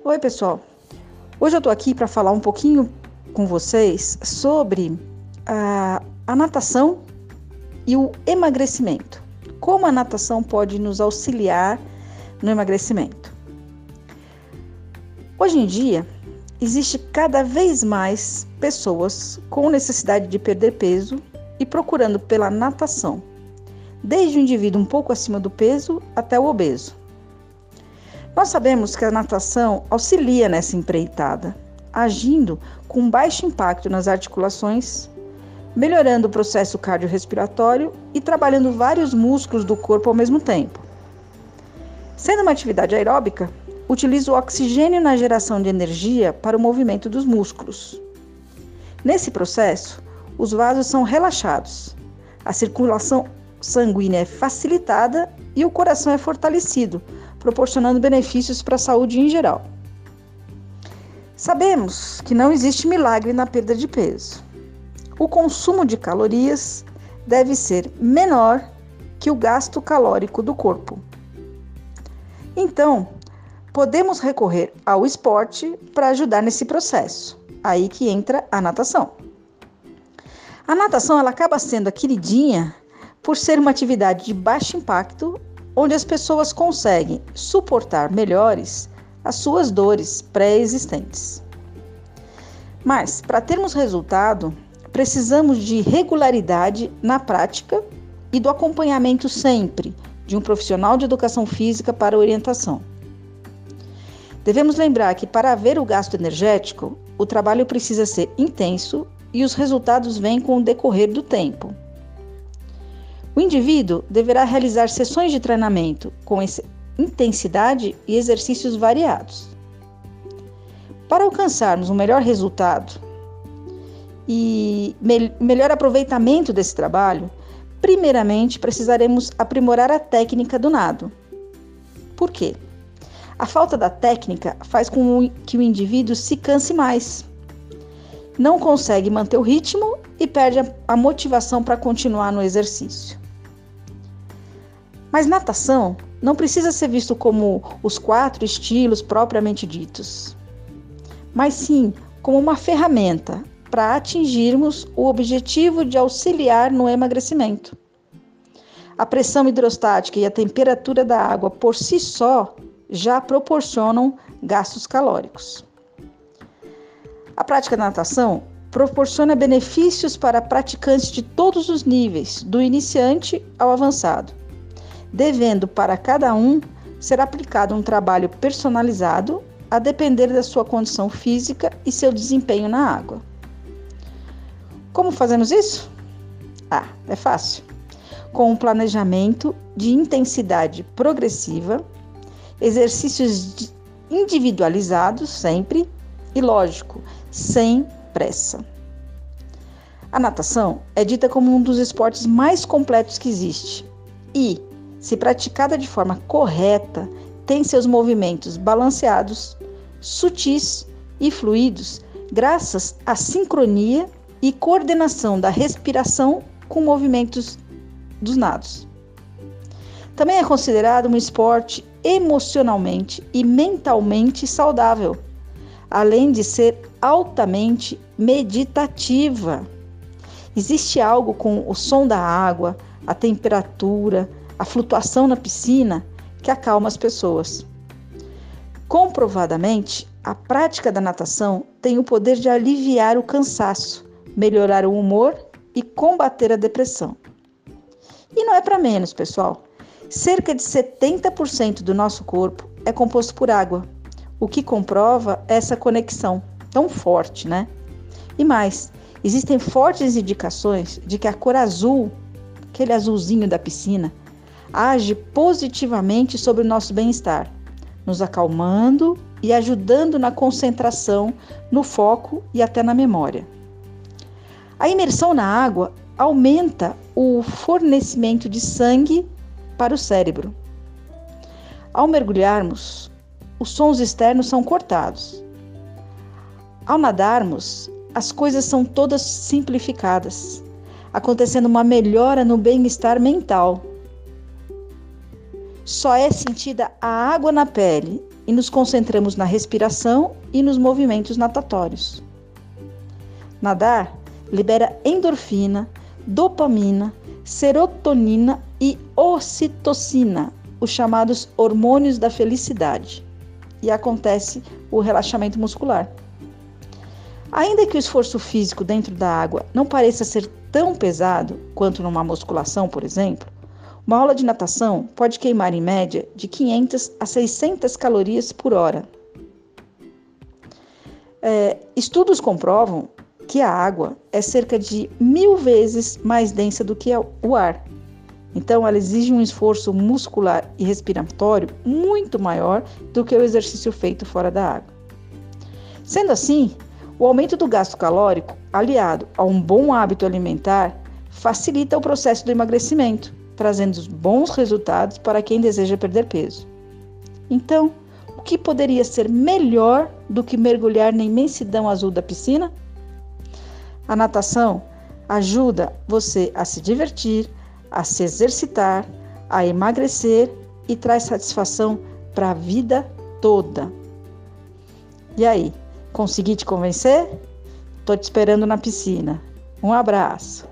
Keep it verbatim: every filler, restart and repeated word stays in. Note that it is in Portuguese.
Oi, pessoal. Hoje eu estou aqui para falar um pouquinho com vocês sobre a, a natação e o emagrecimento. Como a natação pode nos auxiliar no emagrecimento. Hoje em dia, existe cada vez mais pessoas com necessidade de perder peso e procurando pela natação, desde o indivíduo um pouco acima do peso até o obeso. Nós sabemos que a natação auxilia nessa empreitada, agindo com baixo impacto nas articulações, melhorando o processo cardiorrespiratório e trabalhando vários músculos do corpo ao mesmo tempo. Sendo uma atividade aeróbica, utiliza o oxigênio na geração de energia para o movimento dos músculos. Nesse processo, os vasos são relaxados, a circulação sanguínea é facilitada e o coração é fortalecido, proporcionando benefícios para a saúde em geral. Sabemos que não existe milagre na perda de peso. O consumo de calorias deve ser menor que o gasto calórico do corpo. Então, podemos recorrer ao esporte para ajudar nesse processo. Aí que entra a natação. A natação ela acaba sendo a queridinha por ser uma atividade de baixo impacto, onde as pessoas conseguem suportar melhores as suas dores pré-existentes. Mas, para termos resultado, precisamos de regularidade na prática e do acompanhamento sempre de um profissional de educação física para orientação. Devemos lembrar que para haver o gasto energético, o trabalho precisa ser intenso e os resultados vêm com o decorrer do tempo. O indivíduo deverá realizar sessões de treinamento com intensidade e exercícios variados. Para alcançarmos um melhor resultado e me- melhor aproveitamento desse trabalho, primeiramente precisaremos aprimorar a técnica do nado. Por quê? A falta da técnica faz com que o indivíduo se canse mais, não consegue manter o ritmo e perde a, a motivação para continuar no exercício. Mas natação não precisa ser visto como os quatro estilos propriamente ditos, mas sim como uma ferramenta para atingirmos o objetivo de auxiliar no emagrecimento. A pressão hidrostática e a temperatura da água por si só já proporcionam gastos calóricos. A prática da natação proporciona benefícios para praticantes de todos os níveis, do iniciante ao avançado, devendo para cada um ser aplicado um trabalho personalizado a depender da sua condição física e seu desempenho na água. Como fazemos isso? Ah, é fácil. Com um planejamento de intensidade progressiva, exercícios individualizados sempre e, lógico, sem pressa. A natação é dita como um dos esportes mais completos que existe e, se praticada de forma correta, tem seus movimentos balanceados, sutis e fluidos, graças à sincronia e coordenação da respiração com movimentos dos nados. Também é considerado um esporte emocionalmente e mentalmente saudável, além de ser altamente meditativa. Existe algo com o som da água, a temperatura, a flutuação na piscina que acalma as pessoas. Comprovadamente, a prática da natação tem o poder de aliviar o cansaço, melhorar o humor e combater a depressão. E não é para menos, pessoal. Cerca de setenta por cento do nosso corpo é composto por água, o que comprova essa conexão tão forte, né? E mais, existem fortes indicações de que a cor azul, aquele azulzinho da piscina, age positivamente sobre o nosso bem-estar, nos acalmando e ajudando na concentração, no foco e até na memória. A imersão na água aumenta o fornecimento de sangue para o cérebro. Ao mergulharmos, os sons externos são cortados. Ao nadarmos, as coisas são todas simplificadas, acontecendo uma melhora no bem-estar mental. Só é sentida a água na pele e nos concentramos na respiração e nos movimentos natatórios. Nadar libera endorfina, dopamina, serotonina e ocitocina, os chamados hormônios da felicidade, e acontece o relaxamento muscular. Ainda que o esforço físico dentro da água não pareça ser tão pesado quanto numa musculação, por exemplo, uma aula de natação pode queimar em média de quinhentas a seiscentas calorias por hora. É, estudos comprovam que a água é cerca de mil vezes mais densa do que o ar. Então, ela exige um esforço muscular e respiratório muito maior do que o exercício feito fora da água. Sendo assim, o aumento do gasto calórico, aliado a um bom hábito alimentar, facilita o processo do emagrecimento, trazendo bons resultados para quem deseja perder peso. Então, o que poderia ser melhor do que mergulhar na imensidão azul da piscina? A natação ajuda você a se divertir, a se exercitar, a emagrecer e traz satisfação para a vida toda. E aí, consegui te convencer? Tô te esperando na piscina. Um abraço.